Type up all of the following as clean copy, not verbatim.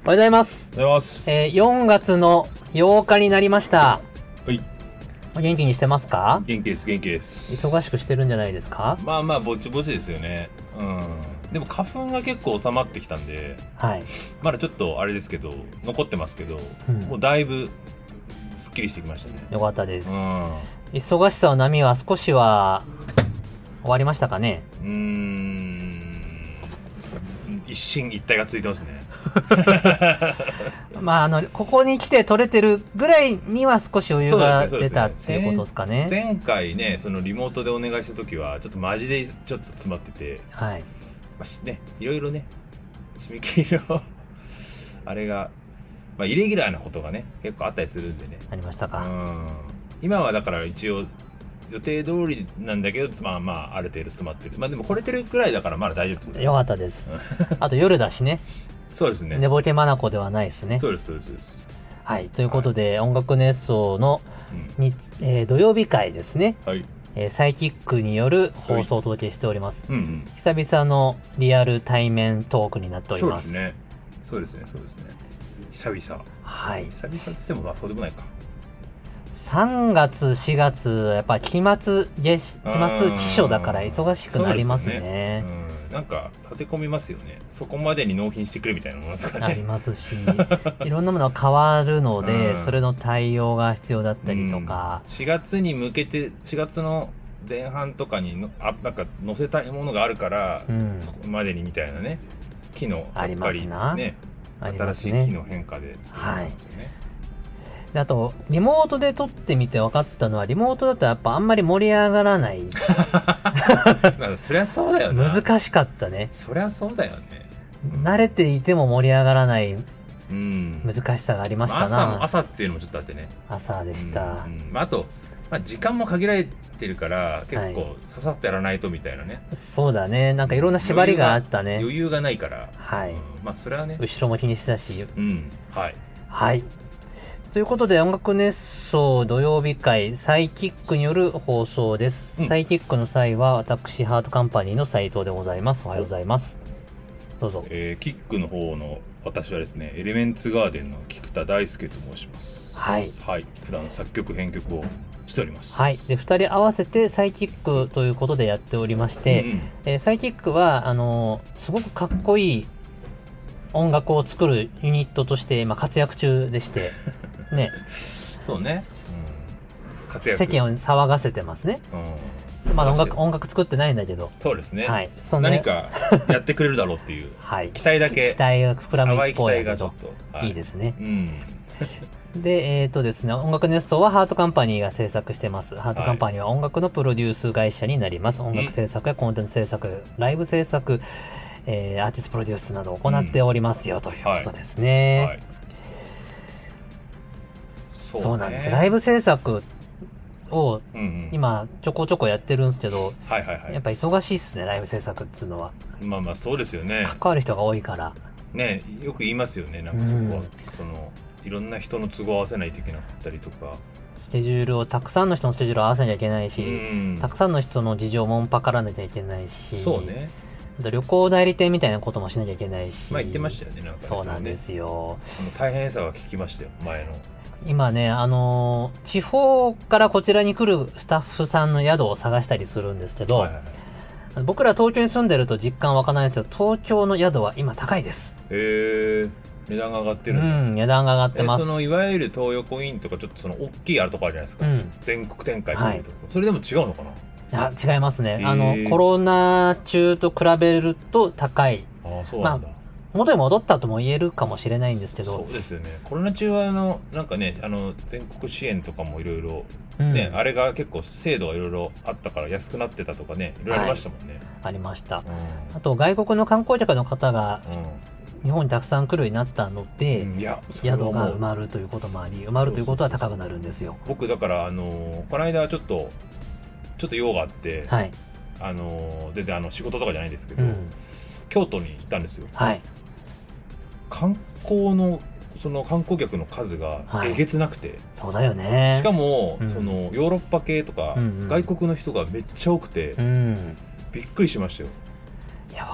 おはようございます。 おはようございます。 4月の8日になりました。 はい。 元気にしてますか？ 元気です、元気です。 忙しくしてるんじゃないですか？ まあまあ、ぼちぼちですよね。うん。でも花粉が結構収まってきたんで、 はい。 まだちょっとあれですけど、残ってますけど、もうだいぶすっきりしてきましたね。 よかったです。 うん。 忙しさの波は少しは終わりましたかね？ 一進一退が続いてますね。 まあ、ここに来て取れてるぐらいには少し余裕が出たっていうことですかね。 前回ね、そのリモートでお願いした時は、ちょっとマジでちょっと詰まってて、 はい。 まあね、いろいろね、締め切りのあれが、まあ、イレギュラーなことがね、結構あったりするんでね。 ありましたか。 今はだから一応、予定通りなんだけど、まあまあ、ある程度詰まってる。まあでも、これてるくらいだからまだ大丈夫。 よかったです。あと夜だしね。 そうですね。 寝ぼけまなこではないですね。 そうです、そうです、そうです。 はい。ということで、音楽熱奏の土曜日会ですね。 はい。 サイキックによる放送をお届けしております。 うんうん、 久々のリアル対面トークになっております。 そうですね。そうですね、そうですね。久々。 はい。 久々って言っても、そうでもないか。 3月、4月、やっぱり期末期初だから忙しくなりますね。 なんか立て込みますよね。そこまでに納品してくれみたいなものですかね。 ありますし、いろんなものが変わるので、それの対応が必要だったりとか。 4月に向けて、4月の前半とかになんか載せたいものがあるから、そこまでにみたいなね。機能ありますな。 ね、新しい機能変化で、 はい。であと、リモートで撮ってみて分かったのは、リモートだとやっぱあんまり盛り上がらない。 そりゃそうだよね。 難しかったね。 そりゃそうだよね。 慣れていても盛り上がらない難しさがありましたな。 朝っていうのもちょっとあってね。 朝でした。 あと、時間も限られてるから、結構ささっとやらないとみたいなね。 そうだね。なんかいろんな縛りがあったね。 余裕がないから。 はい。 まあそれはね。 後ろも気にしてたし。 はい。 はい。ということで、音楽熱奏土曜日会サイキックによる放送です。サイキックの際は、私、ハートカンパニーの斉藤でございます。おはようございます。どうぞ。 キックの方の私はですね、エレメンツガーデンの菊田大輔と申します。 はい。 はい。普段作曲、編曲をしております。 はい。で、2人合わせてサイキックということでやっておりまして、サイキックは、すごくかっこいい音楽を作るユニットとして今活躍中でして、ね。 そうね。 世間を騒がせてますね。まだ音楽作ってないんだけど。 そうですね。 はい。 何かやってくれるだろうっていう。 はい。 期待だけ。 期待が膨らむっぽいがちょっと。いいですね。で、ですね、音楽熱奏はハートカンパニーが制作してます。ハートカンパニーは音楽のプロデュース会社になります。音楽制作やコンテンツ制作、ライブ制作、アーティストプロデュースなどを行っておりますよということですね。そうなんです。ライブ制作を今ちょこちょこやってるんですけど、やっぱ忙しいっすね、ライブ制作っつうのは。 まあまあそうですよね。 関わる人が多いから。 ね、よく言いますよね。なんかそこは、いろんな人の都合を合わせないといけなかったりとか。 スケジュールを、たくさんの人のスケジュールを合わせなきゃいけないし、たくさんの人の事情もんぱからなきゃいけないし。 そうね。 旅行代理店みたいなこともしなきゃいけないし。 まあ言ってましたよね、なんか。 そうなんですよ。 大変さは聞きましたよ、前の。 今ね、地方からこちらに来るスタッフさんの宿を探したりするんですけど、僕ら東京に住んでると実感湧かないんですけど、東京の宿は今高いです。 値段が上がってるんだ。 値段が上がってます。 いわゆる東横インとか、ちょっと大きいあるとこあるじゃないですか。全国展開してるとこ。それでも違うのかな？ いや、違いますね。コロナ中と比べると高い。 そうなんだ。 元に戻ったとも言えるかもしれないんですけど。 そうですよね。コロナ中はなんかね、全国支援とかもいろいろ、ね、あれが結構制度がいろいろあったから安くなってたとかね、いろいろありましたもんね。 ありました。あと、外国の観光客の方が、日本にたくさん来るようになったので、宿が埋まるということもあり、埋まるということは高くなるんですよ。 僕、だから、この間ちょっと用があって、全然仕事とかじゃないですけど、京都に行ったんですよ。観光の観光客の数がえげつなくて、 そうだよね。 しかもヨーロッパ系とか外国の人がめっちゃ多くて、びっくりしましたよ。 いや、わ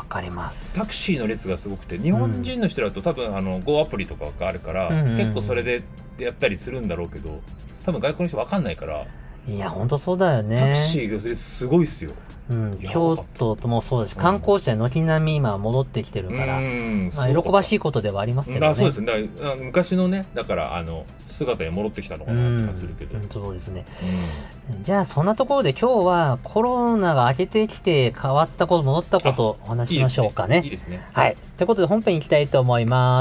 かります。 タクシーの列がすごくて、日本人の人だと多分Go アプリとかがあるから、結構それでやったりするんだろうけど、多分外国の人分かんないから。 いや本当そうだよね。 タクシーがすごいっすよ。 京都もそうです。観光地は軒並み今戻ってきてるから、喜ばしいことではありますけどね。 そうですね。だから昔のね、だから姿に戻ってきたのかなって感じするけど。 そうですね。じゃあそんなところで今日はコロナが明けてきて変わったこと、戻ったことお話ししましょうかね。 いいですね。 はい。ということで本編行きたいと思います。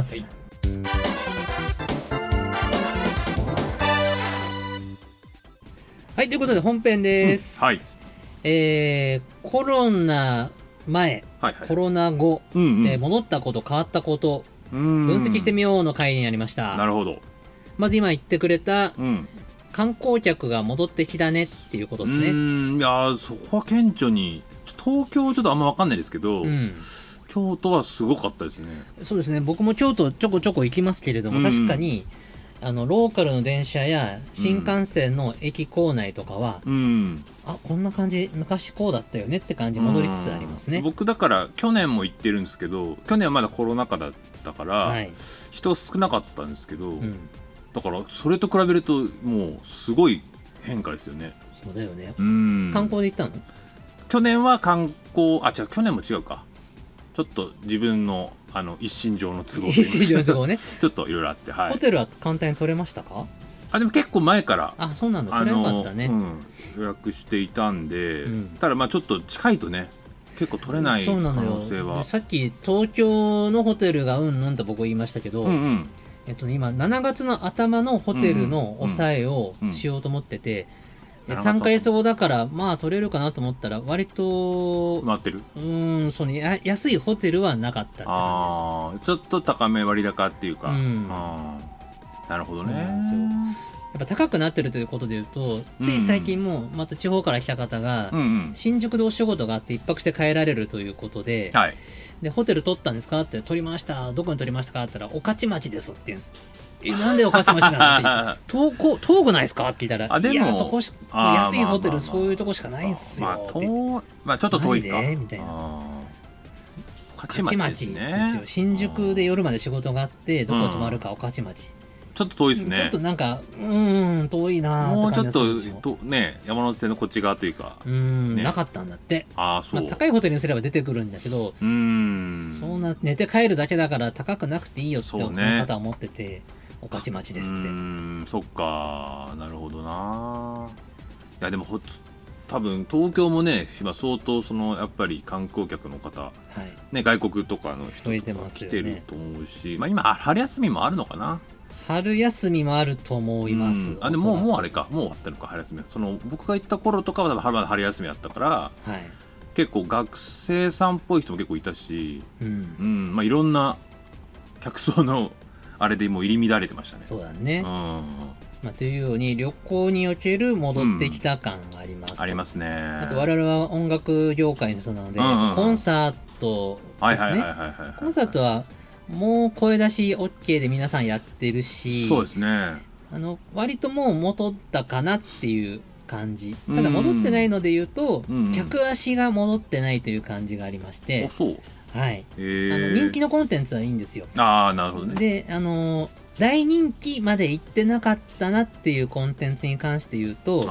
はい、ということで本編です。はい。コロナ前、コロナ後、戻ったこと、変わったこと、分析してみようの回になりました。 なるほど。 まず今言ってくれた、観光客が戻ってきたねっていうことですね。 いやそこは顕著に、東京ちょっとあんま分かんないですけど、京都はすごかったですね。 そうですね。僕も京都ちょこちょこ行きますけれども、確かに、ローカルの電車や新幹線の駅構内とかは、こんな感じ、昔こうだったよねって感じ戻りつつありますね。 僕だから去年も行ってるんですけど、去年はまだコロナ禍だったから、人少なかったんですけど、だからそれと比べるともうすごい変化ですよね。 そうだよね。観光で行ったの？ 去年は観光、去年も違うか。ちょっと自分の一身上の都合一身上の都合ねちょっといろいろあって、 ホテルは簡単に取れましたか？ でも結構前からそうなんだ。それはよかったね。 予約していたんで、ただちょっと近いとね結構取れない可能性は。 さっき東京のホテルがと僕言いましたけど、今7月の頭のホテルの抑えをしようと思ってて、3ヶ月後だから取れるかなと思ったら割と回ってる。 そうね、安いホテルはなかったって感じです。ちょっと高め割高っていうか。なるほどね。 そうなんですよ。やっぱ高くなってるということでいうと、つい最近もまた地方から来た方が新宿でお仕事があって一泊して帰られるということで、でホテル取ったんですかって取りました。どこに取りましたかって言ったら御徒町ですって言うんです。なんで御徒町なのって遠くないですかって言ったら、いやそこ安いホテルそういうとこしかないんすよって。 ちょっと遠いかみたいな。御徒町ですよ。新宿で夜まで仕事があってどこ泊まるか御徒町。 ちょっと遠いですね。 ちょっとなんか遠いなーって感じがするんですよ。 もうちょっとね、山手線のこっち側というかなかったんだって。 そう。 高いホテルにすれば出てくるんだけど、そんな寝て帰るだけだから高くなくていいよってこの方は思ってて、御徒町ですって。 そっか、なるほどな。いやでも多分東京もね今相当やっぱり観光客の方、外国とかの人とか来てると思うし、今春休みもあるのかな。 春休みもあると思います。 でももうあれか、もう終わったのか春休み。僕が行った頃とかはまだ春休みだったから、結構学生さんっぽい人も結構いたし、いろんな客層のあれでもう入り乱れてましたね。 そうだね。というように旅行における戻ってきた感があります。 ありますね。 あと我々は音楽業界の人なので、コンサートですね。コンサートはもう声出し OK で皆さんやってるし、 そうですね。 割ともう戻ったかなっていう感じ。ただ戻ってないので言うと、客足が戻ってないという感じがありまして、はい。人気のコンテンツはいいんですよ。 なるほどね。 で、大人気まで行ってなかったなっていうコンテンツに関して言うと、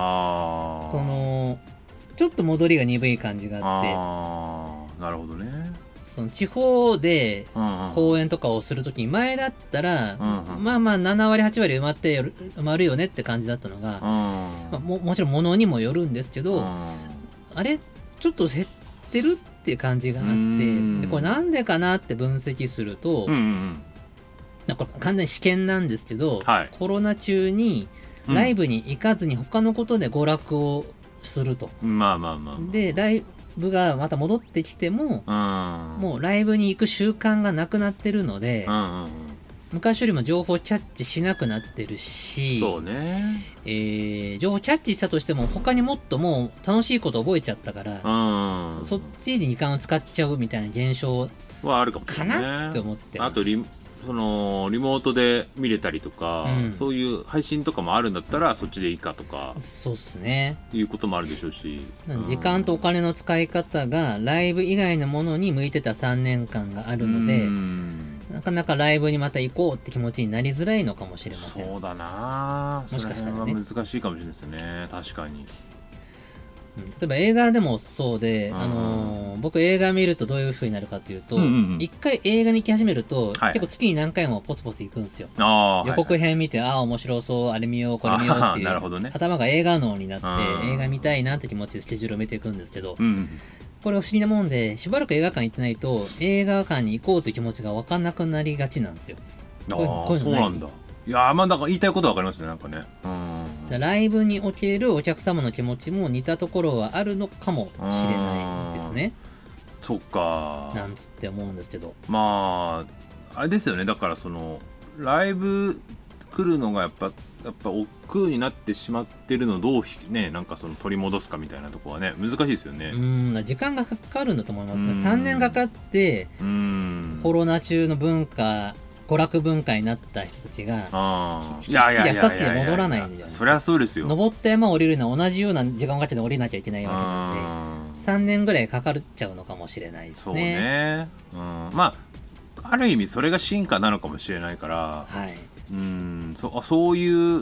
ちょっと戻りが鈍い感じがあって。 なるほどね。 地方で公演とかをするときに前だったら、7割8割埋まるよねって感じだったのが、もちろん物にもよるんですけど、あれちょっと減ってるっていう感じがあって、でこれなんでかなって分析すると、なんか完全に試験なんですけど、コロナ中にライブに行かずに他のことで娯楽をすると。でライブがまた戻ってきても、もうライブに行く習慣がなくなってるので、昔よりも情報キャッチしなくなってるし、 そうね。 情報キャッチしたとしても他にもっともう楽しいこと覚えちゃったから、そっちに時間を使っちゃうみたいな現象はあるかもかなって思ってます。 あとそのリモートで見れたりとか、そういう配信とかもあるんだったらそっちでいいかとか、 そうっすね、 いうこともあるでしょうし、 時間とお金の使い方がライブ以外のものに向いてた3年間があるので、なかなかライブにまた行こうって気持ちになりづらいのかもしれません。 そうだな、 もしかしたらね、 難しいかもしれないですね。確かに。 例えば映画でもそうで、僕映画見るとどういう風になるかというと、一回映画に行き始めると、結構月に何回もポツポツ行くんですよ。予告編見て、ああ面白そう、あれ見ようこれ見ようっていう、頭が映画脳になって映画見たいなって気持ちでスケジュールを見ていくんですけど、これ不思議なもんで、しばらく映画館行ってないと映画館に行こうという気持ちが分かんなくなりがちなんですよ。 こういうのない？そうなんだ。いやまあだから言いたいことは分かりますね、なんかね。 ライブにおけるお客様の気持ちも似たところはあるのかもしれないですね。 そっか。 なんつって思うんですけど。 まああれですよね。だからそのライブ来るのがやっぱ億劫になってしまってるのをどうね、なんかその取り戻すかみたいなところはね難しいですよね。 時間がかかるんだと思いますね。3年かかってコロナ中の文化娯楽文化になった人たちが一月や二月で戻らないんじゃないですか。 そりゃそうですよ。 登った山を降りるのは同じような時間かけて降りなきゃいけないわけなので、3年ぐらいかかっちゃうのかもしれないですね。 そうね。まあある意味それが進化なのかもしれないから、そう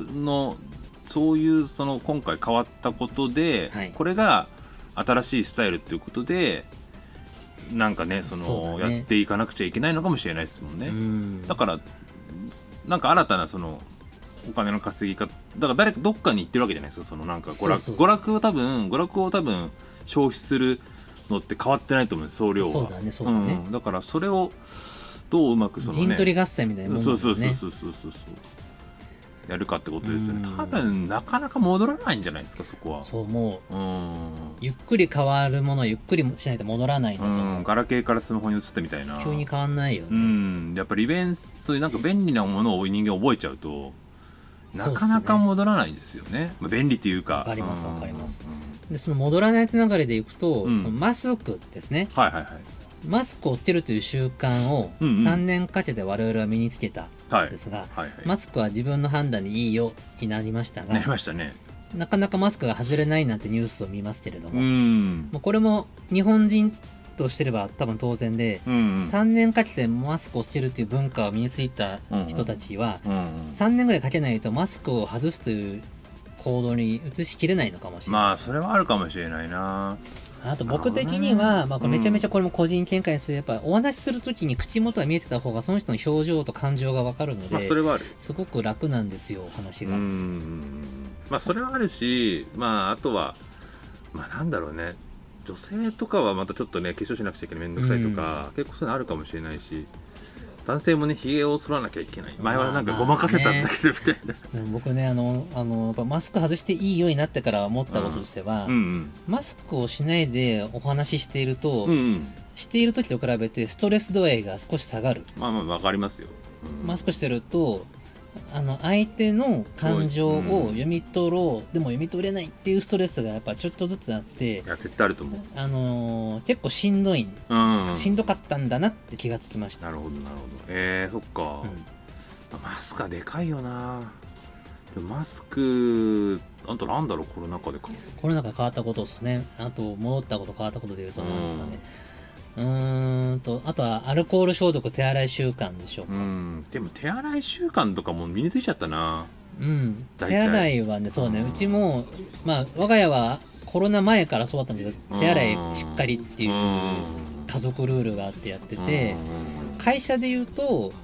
いうその今回変わったことで、これが新しいスタイルっていうことで。なんかね、やっていかなくちゃいけないのかもしれないですもんね。だからなんか新たなそのお金の稼ぎ方だからどっかに行ってるわけじゃないですか。そのなんか娯楽を多分消費するのって変わってないと思うんです、総量は。 そうだね。 だからそれをどううまく陣取り合戦みたいなもんですよね。そうやるかってことですよね。多分なかなか戻らないんじゃないですか、そこは。 そう思う。ゆっくり変わるものはゆっくりしないと戻らないので、 ガラケーからスマホに移ってみたいな。 急に変わんないよね。 やっぱりそういうなんか便利なものを人間覚えちゃうとなかなか戻らないですよね。便利っていうか。 わかります。でその戻らないつながりでいくと、マスクですね。マスクをつけるという習慣を3年かけて我々は身につけたんですが、マスクは自分の判断にいいよになりましたが、なかなかマスクが外れないなんてニュースを見ますけれども、これも日本人としてれば多分当然で、3年かけてマスクをつけるという文化を身についた人たちは、3年ぐらいかけないとマスクを外すという行動に移しきれないのかもしれない。 まあそれはあるかもしれないな。 あと僕的には、めちゃめちゃこれも個人見解ですけど、やっぱお話しするときに口元が見えてた方がその人の表情と感情が分かるので、 それはある。 すごく楽なんですよ、お話が。 それはあるし、あとはなんだろうね、女性とかはまたちょっとね、化粧しなくちゃいけないめんどくさいとか、結構そういうのあるかもしれないし、男性もね、ひげを剃らなきゃいけない。前はなんかごまかせたんだけどみたいな。 僕ね、マスク外していいようになってから思ったこととしては、マスクをしないでお話ししていると、している時と比べてストレス度合いが少し下がる。 わかりますよ。 マスクしてると、相手の感情を読み取ろう、でも読み取れないっていうストレスがやっぱちょっとずつあって、 いや絶対あると思う。結構しんどい、しんどかったんだなって気がつきました。 なるほど。そっか。マスクはでかいよな。マスクあとなんだろう、コロナ禍で変わったことですね。あと戻ったこと変わったことでいうとなんですかね。あとはアルコール消毒、手洗い習慣でしょうか。 でも手洗い習慣とかも身についちゃったな。 手洗いはね、そうね、うちも我が家はコロナ前からそうだったんだけど、手洗いしっかりっていう家族ルールがあってやってて、会社で言うと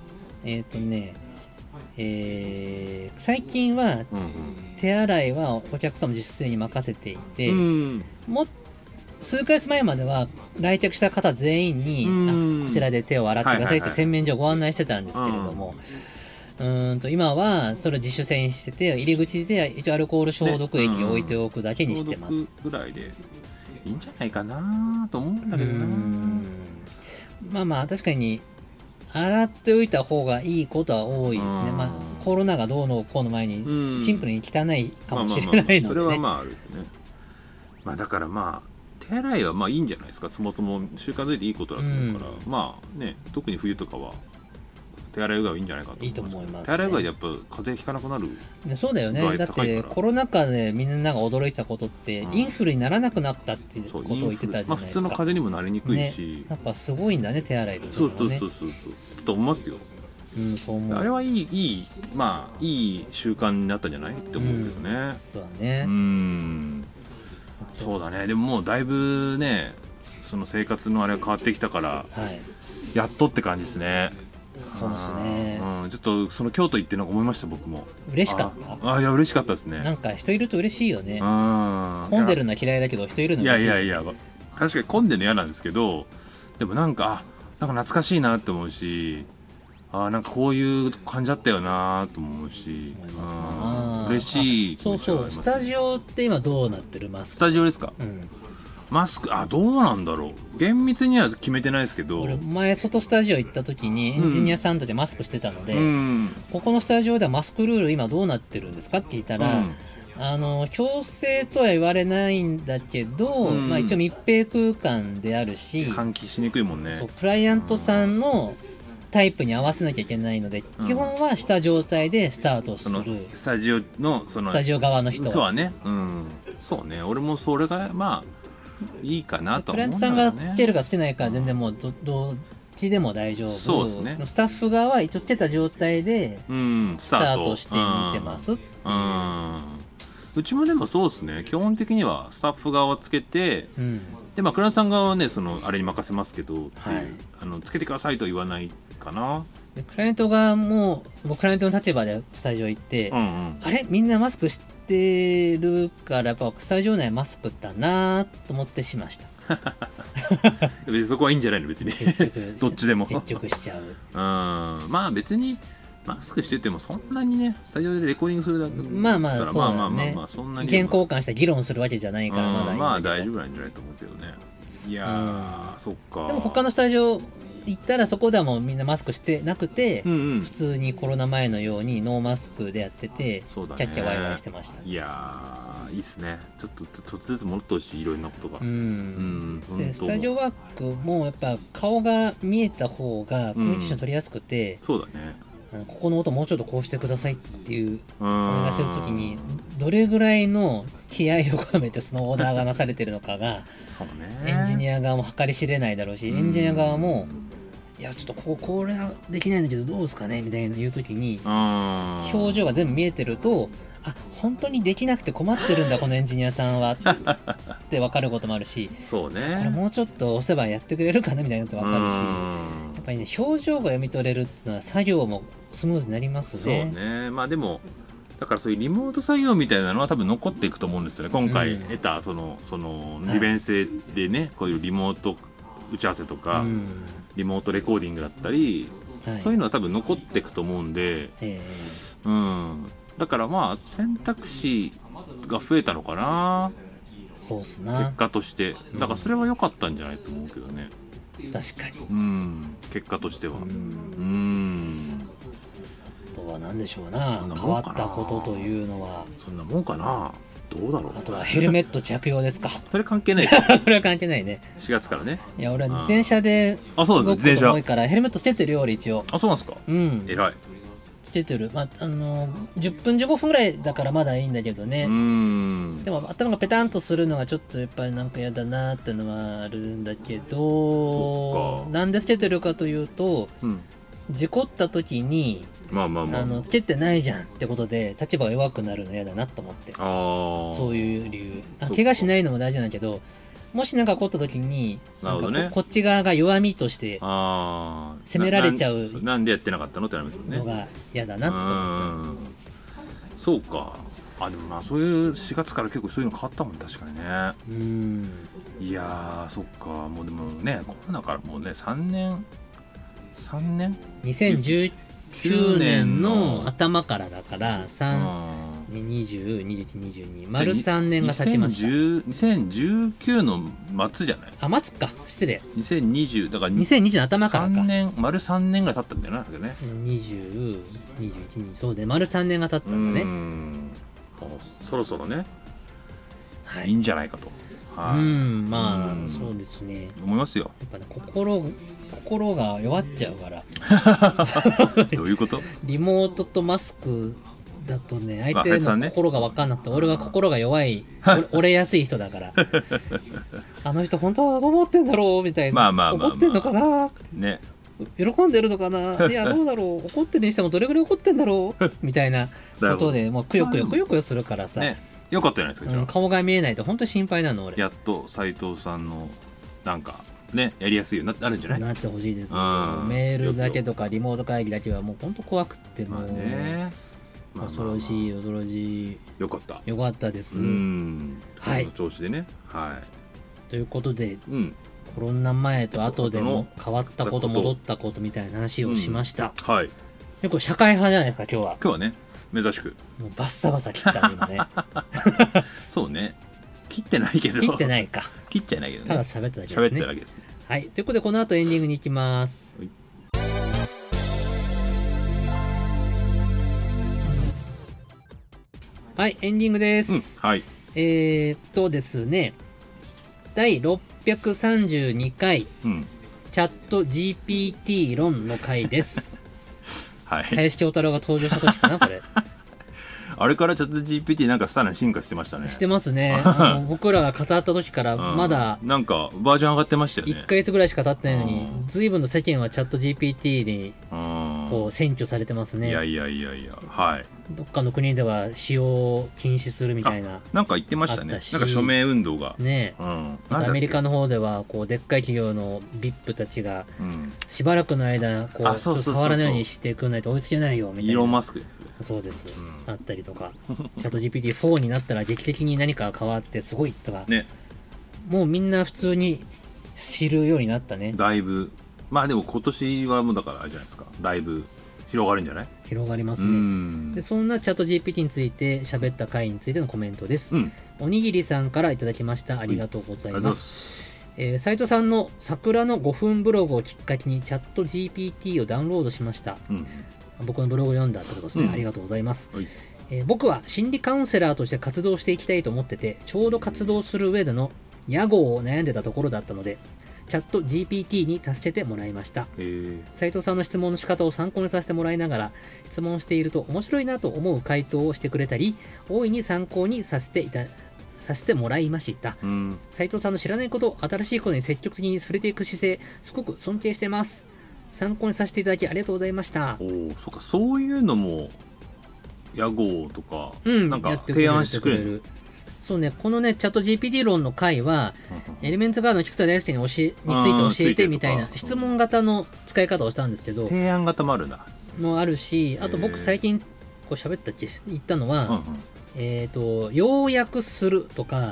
最近は手洗いはお客様自主性に任せていて、数ヶ月前までは来客した方全員にこちらで手を洗ってくださいって洗面所をご案内してたんですけれども、今はそれを自主性にしてて、入り口で一応アルコール消毒液を置いておくだけにしてます。 ぐらいでいいんじゃないかなと思うんだけどな。 確かに洗っておいた方がいいことは多いですね。コロナがどうのこうの前にシンプルに汚いかもしれないのでね。 それはあるね。だから手洗いはいいんじゃないですか。そもそも習慣づいていいことだと思うから、特に冬とかは手洗いうがいはいいんじゃないかといいと思います、ね、 手洗いうがいでやっぱ風邪ひかなくなる、 ね、そうだよね。だってコロナ禍でみんなが驚いてたことって、インフルにならなくなったっていうことを言ってたじゃないですか。 普通の風邪にもなりにくいし、 ね、やっぱすごいんだね、手洗いで、ね、 そうと思いますよ。 そう思う。 あれはいいまあいい習慣になったんじゃないって思うけどね、 そうだね。 そうだね。でももうだいぶね、その生活のあれが変わってきたから、はい、やっとって感じですね。 そうですね、 ちょっとその京都行ってなんか思いました。僕も嬉しかった。 いや嬉しかったですね。 なんか人いると嬉しいよね。混んでるのは嫌いだけど人いるの嬉しい。 いや確かに混んでるの嫌なんですけど、でもなんか懐かしいなって思うし、なんかこういう感じだったよなと思うし、嬉しい気持ちはありますね。 スタジオって今どうなってる？マスク。 スタジオですか？マスクどうなんだろう。厳密には決めてないですけど、 俺前外スタジオ行った時にエンジニアさんたちマスクしてたので、ここのスタジオではマスクルール今どうなってるんですかって聞いたら、強制とは言われないんだけど、一応密閉空間であるし、 換気しにくいもんね。 そう、クライアントさんのタイプに合わせなきゃいけないので、基本はした状態でスタートする。 スタジオのスタジオ側の人は。 そうはね、そうね。俺もそれがいいかなと思うんだよね。 クライアントさんがつけるかつけないか全然もうどっちでも大丈夫。 そうですね。 スタッフ側は一応つけた状態でスタートしてみてますっていう。 うちもでもそうですね。基本的にはスタッフ側はつけて、でクライアントさん側はね、あれに任せますけど、つけてくださいとは言わないかな。 クライアント側もクライアントの立場でスタジオ行って、あれみんなマスクしてるからやっぱスタジオ内マスクだなと思ってしました。 別にそこはいいんじゃないの、別に。どっちでも結局しちゃう。 まあ別にマスクしててもそんなにね、スタジオでレコーディングするだけそうだね。意見交換して議論するわけじゃないからまだいいんだけど、 まあ大丈夫なんじゃないと思うけどね。いやそっか。 でも他のスタジオ行ったらそこではもうみんなマスクしてなくて、普通にコロナ前のようにノーマスクでやってて、キャッキャワイワイしてました。 いやいいっすね。ちょっとずつ戻ってほしい、いろんなことが。 でスタジオワークもやっぱ顔が見えた方がコミュニケーション取りやすくて、 そうだね。 ここの音もうちょっとこうしてくださいっていうお願いするときにどれぐらいの気合を込めてそのオーダーがなされてるのかがエンジニア側も計り知れないだろうし、エンジニア側もいやちょっとこれはできないんだけどどうですかねみたいな言うときに表情が全部見えてると、本当にできなくて困ってるんだこのエンジニアさんはって分かることもあるし、 そうね、 これもうちょっと押せばやってくれるかなみたいなのって分かるし、やっぱりね表情が読み取れるっていうのは作業もスムーズになりますね。 そうね。まあでもだからそういうリモート作業みたいなのは多分残っていくと思うんですよね。今回得たその利便性でね、こういうリモート打ち合わせとか、リモートレコーディングだったり、そういうのは多分残っていくと思うんで、だからまあ選択肢が増えたのかな。 そうっすな。 結果として、だからそれは良かったんじゃないと思うけどね。 確かに。 結果としては。あとは何でしょうな。変わったことというのは。 そんなもんかな。どうだろう。 あとはヘルメット着用ですか。 それ関係ない。 それは関係ないね。 4月からね。 いや俺は自転車で動くこと多いからヘルメットつけてるよ俺一応。 そうなんですか。偉い。 つけてる。10分15分ぐらいだからまだいいんだけどね。でも頭がペタンとするのがちょっとやっぱりなんか嫌だなってのはあるんだけど、なんでつけてるかというと、事故った時につけてないじゃんってことで立場が弱くなるの嫌だなと思って、そういう理由。怪我しないのも大事なんだけど、もし何か起こった時になんかこっち側が弱みとして責められちゃうなんでやってなかったのってなりますよね。 のが嫌だなと思って。 そうか。でもまあそういう4月から結構そういうの変わったもん確かにね。いやそっか。もうでもねコロナからもうね3年 2019年の頭からだから20、21、22丸3年が経ちました。 2019の末じゃない？ 末か、失礼。 2020だから 2020の頭からか。 丸3年が経ったんだよな、だけどね。 20、21、22、そうで丸3年が経ったんだね。 そろそろね、いいんじゃないかと。 はい、 まあそうですね、 思いますよ。 やっぱね、心が弱っちゃうからどういうこと？ リモートとマスクだとね、相手の心が分かんなくて、俺は心が弱い折れやすい人だからあの人本当はどう思ってんだろうみたいな、怒ってんのかなってね、喜んでるのかな、いやどうだろう、怒ってるにしてもどれぐらい怒ってんだろうみたいなことでもうくよくよするからさ、 ね、よかったじゃないですか、じゃあ顔が見えないと本当に心配なの俺。 やっと斉藤さんのなんかね、やりやすいようになるんじゃない？ なってほしいです。メールだけとかリモート会議だけはもう本当怖くって、もう恐ろしい。よかったです。 はい、調子でね。はい。 ということで、コロナ前と後でも変わったこと戻ったことみたいな話をしました。 はい。 結構社会派じゃないですか今日は。 ね、珍しく。 もうバッサバサ切ったね今ね。 そうね。切ってないけど。 切ってないか。 切ってないけどね。 ただ喋っただけですね。 喋っただけですね。 はい。ということでこの後エンディングに行きます。はい。はい、エンディングです。 はい。 ですね、第632回、チャット GPT 論の回です。 はい。 林京太郎が登場した時かな、これ。 あれからチャット GPT なんかさらに進化してましたね。 してますね。僕らが語った時からまだ、 なんかバージョン上がってましたよね。 1ヶ月ぐらいしか経ってないのに、随分と世間はチャット GPT にこう占拠されてますね。 いや、はい。 どっかの国では使用を禁止するみたいな。 なんか言ってましたね。なんか署名運動が。 ねえ。アメリカの方ではこうでっかい企業の VIP たちがしばらくの間こうちょっと触らないようにしてくんないと追いつけないよみたいな。 イーロンマスク。 そうです。あったりとか、チャット GPT4 になったら劇的に何か変わってすごいとか。ね。もうみんな普通に知るようになったね。 だいぶ。まあでも今年はもうだからあれじゃないですか。だいぶ。広がるんじゃない？ 広がりますね。でそんなチャット GPT について喋った回についてのコメントです。おにぎりさんからいただきました。ありがとうございます。斉藤さんの桜の5分ブログをきっかけにチャット GPT をダウンロードしました。僕のブログを読んだってことですね。ありがとうございます。僕は心理カウンセラーとして活動していきたいと思ってて、ちょうど活動する上での屋号を悩んでたところだったので、チャット GPT に助けてもらいました。斉藤さんの質問の仕方を参考にさせてもらいながら、質問していると面白いなと思う回答をしてくれたり、大いに参考にさせてもらいました。斉藤さんの知らないこと、新しいことに積極的に触れていく姿勢、すごく尊敬しています。参考にさせていただきありがとうございました。 そうか、そういうのも屋号とか、なんか提案してくれる。 そうね、このね、チャット GPT 論の回は、エレメンツガードの菊田大輔について教えてみたいな質問型の使い方をしたんですけど、 提案型もあるな。 もあるし、あと僕最近こう喋ったっけ言ったのは、要約するとか、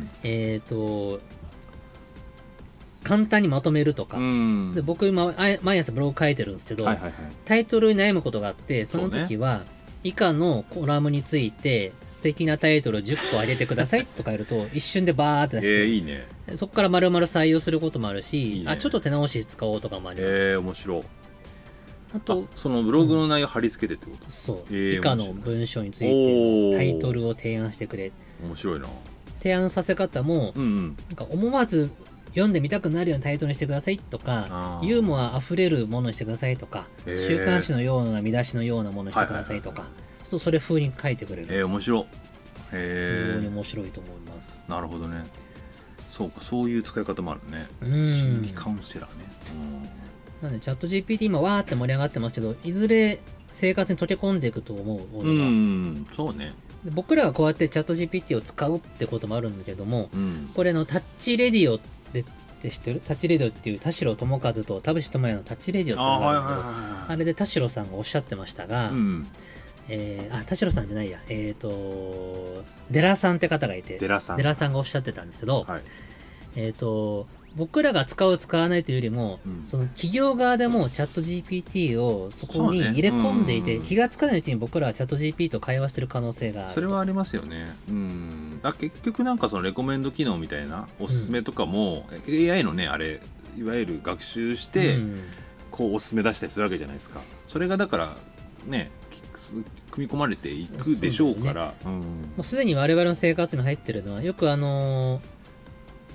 簡単にまとめるとか、で僕今毎朝ブログ書いてるんですけど、タイトルに悩むことがあって、その時は以下のコラムについて素敵なタイトルを10個上げてくださいとかやると一瞬でバーって出してくる。 いいね。 そこから丸々採用することもあるし、ちょっと手直し使おうとかもあります。 面白い。 あとそのブログの内容貼り付けてってこと？ そう、以下の文章についてタイトルを提案してくれ。 面白いな。 提案させ方も、なんか思わず読んでみたくなるようなタイトルにしてくださいとか、ユーモアあふれるものにしてくださいとか、週刊誌のような見出しのようなものにしてくださいとか、それ風に書いてくれるんですよ。 面白い。 非常に面白いと思います。 なるほどね。そうか、そういう使い方もあるね。心理カウンセラーね。 なんでチャット GPT 今わーって盛り上がってますけど、いずれ生活に溶け込んでいくと思う。 そうね。 僕らがこうやってチャット GPT を使うってこともあるんだけども、これのタッチレディオって知ってる？タッチレディオっていう田代智和と田淵智也のタッチレディオってのがあるんだけど、あれで田代さんがおっしゃってましたが、田代さんじゃないや、デラさんって方がいて、デラさんがおっしゃってたんですけど、僕らが使う使わないというよりも、その企業側でもチャット GPT をそこに入れ込んでいて、気がつかないうちに僕らはチャット GPT と会話してる可能性がある。 それはありますよね。結局なんかそのレコメンド機能みたいなおすすめとかも、AI のね、あれいわゆる学習して、こうおすすめ出したりするわけじゃないですか。それがだからね、組み込まれていくでしょうから、もうすでに我々の生活に入ってるのは、よく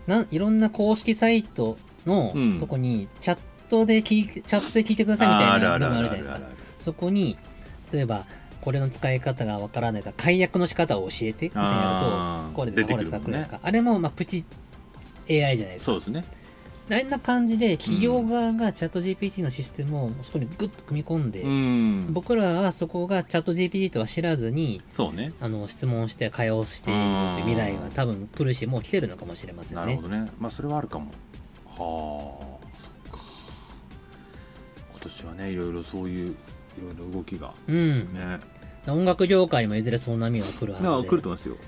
いろんな公式サイトのとこにチャットで聞いてくださいみたいな部分あるじゃないですか。そこに例えばこれの使い方がわからないと解約の仕方を教えてみたいなやるとこれですかこれですかこれですか、あれもプチ AI じゃないですか。 そうですね。 あんな感じで企業側がチャット GPT のシステムをそこにグッと組み込んで、僕らはそこがチャット GPT とは知らずに、 そうね、 質問して会話をしているという未来は多分来るし、もう来てるのかもしれませんね。 なるほどね。それはあるかも。はあ、そっか。今年はね、いろいろそういういろいろ動きが、ね。 音楽業界もいずれその波が来るはずで。 来ると思いますよ。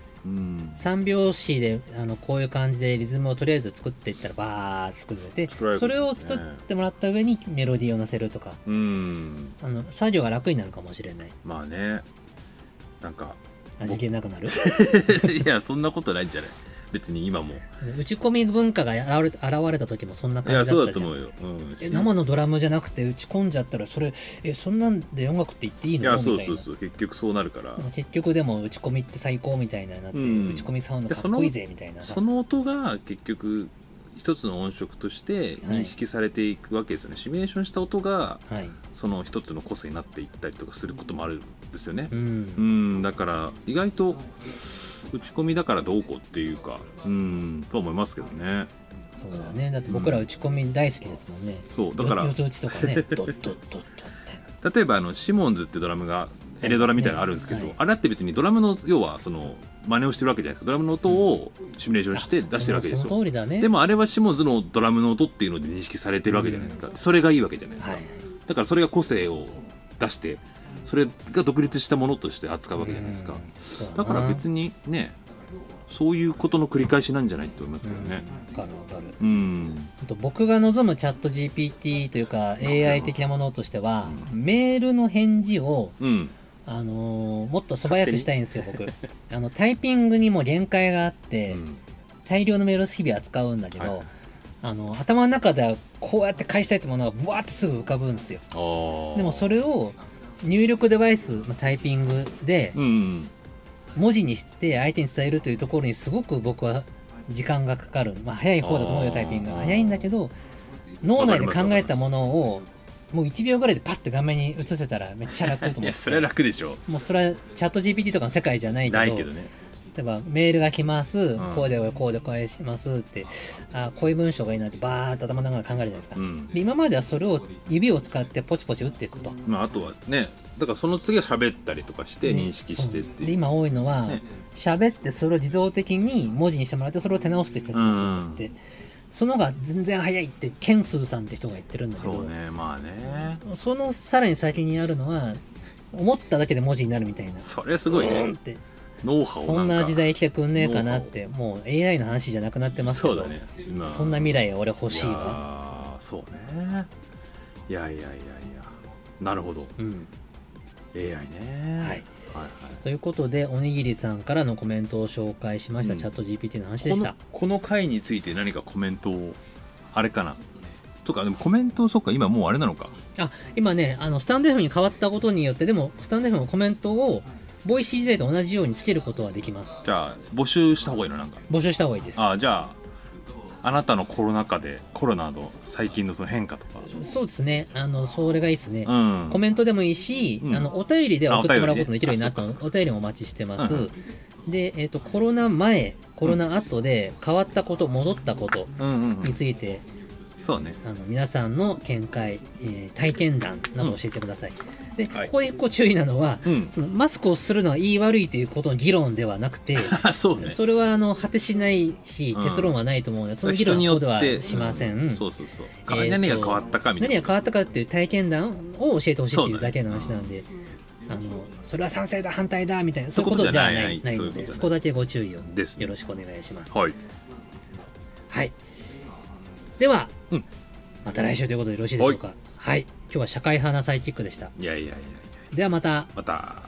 3拍子でこういう感じでリズムをとりあえず作っていったらバーッ作れて、それを作ってもらった上にメロディーを乗せるとか、作業が楽になるかもしれない。 まあね、なんか味気なくなるいやそんなことないんじゃない。別に今も打ち込み文化が現れた時もそんな感じだったじゃん。いやそうだと思うよ、生のドラムじゃなくて打ち込んじゃったらそれそんなんで音楽って言っていいの？ いやそう結局そうなるから、 結局でも打ち込みって最高みたいななって、打ち込みサウンドかっこいいぜみたいな、 その音が結局一つの音色として認識されていくわけですよね。シミュレーションした音がその一つの個性になっていったりとかすることもあるんですよね。だから意外と打ち込みだからどうこうっていうか、と思いますけどね。 そうだね。だって僕ら打ち込み大好きですもんね。 そうだから四つ打ちとかねドッドッドッドって例えばシモンズってドラムがエレドラみたいなのあるんですけど、あれだって別にドラムの要はその真似をしてるわけじゃないですか。ドラムの音をシミュレーションして出してるわけですよ。 その通りだね。 でもあれはシモンズのドラムの音っていうので認識されてるわけじゃないですか。それがいいわけじゃないですか。だからそれが個性を出してそれが独立したものとして扱うわけじゃないですか。だから別にね、そういうことの繰り返しなんじゃないと思いますけどね。 わかる。僕が望むチャット GPT というか AI 的なものとしては、メールの返事を、もっと素早くしたいんですよ僕。タイピングにも限界があって、大量のメールを日々扱うんだけど、頭の中ではこうやって返したいってものがブワーってすぐ浮かぶんですよ。でもそれを入力デバイス、タイピングで文字にして相手に伝えるというところにすごく僕は時間がかかる。早い方だと思うよ。タイピングが早いんだけど、脳内で考えたものをもう1秒ぐらいでパッて画面に映せたらめっちゃ楽と思って。いやそれは楽でしょ。 もうそれはチャット GPT とかの世界じゃないけどね。例えばメールが来ます、こうでこうで返しますって、こういう文章がいいなってバーッと頭の中で考えるじゃないですか。で今まではそれを指を使ってポチポチ打っていくと。 あとはね、だからその次は喋ったりとかして認識してっていう。 で今多いのは喋ってそれを自動的に文字にしてもらってそれを手直すって説明なんですって。その方が全然早いってケンスーさんって人が言ってるんだけど、 そうね、 そのさらに先にあるのは思っただけで文字になるみたいな。 それはすごいね。 ってノウハウそんな時代来てくんねえかなって。もう AI の話じゃなくなってますけど、そうだね、そんな未来俺欲しいわ。 そうね。いやなるほど、AI ね。 ということでおにぎりさんからのコメントを紹介しました。チャット GPT の話でした。 この回について何かコメントをあれかなとか。でもコメント、そっか、今もうあれなのか。 今ねスタンド FM に変わったことによって、でもスタンド FM のコメントをボイシー時代と同じようにつけることはできます。 じゃあ募集した方がいいの？なんか募集した方がいいです。 じゃあなたのコロナ禍でコロナの最近のその変化とか。 そうですね。それがいいですね。コメントでもいいし、お便りで送ってもらうこともできるようになったので、お便りもお待ちしてます。で、コロナ前、コロナ後で変わったこと、戻ったことについて、 そうね、 皆さんの見解、体験談など教えてください。で、ここで一個注意なのは、そのマスクをするのはいい悪いということの議論ではなくて、 そうね、 それは果てしないし、結論はないと思うので、その議論はここではしません。何が変わったかみたいな。何が変わったかっていう体験談を教えてほしいっていうだけの話なんで、それは賛成だ反対だみたいなそういうことじゃないので、そこだけご注意をよろしくお願いします。はい。では、また来週ということでよろしいでしょうか。はい。今日は社会派なサイキックでした。 いや。 ではまた。 また。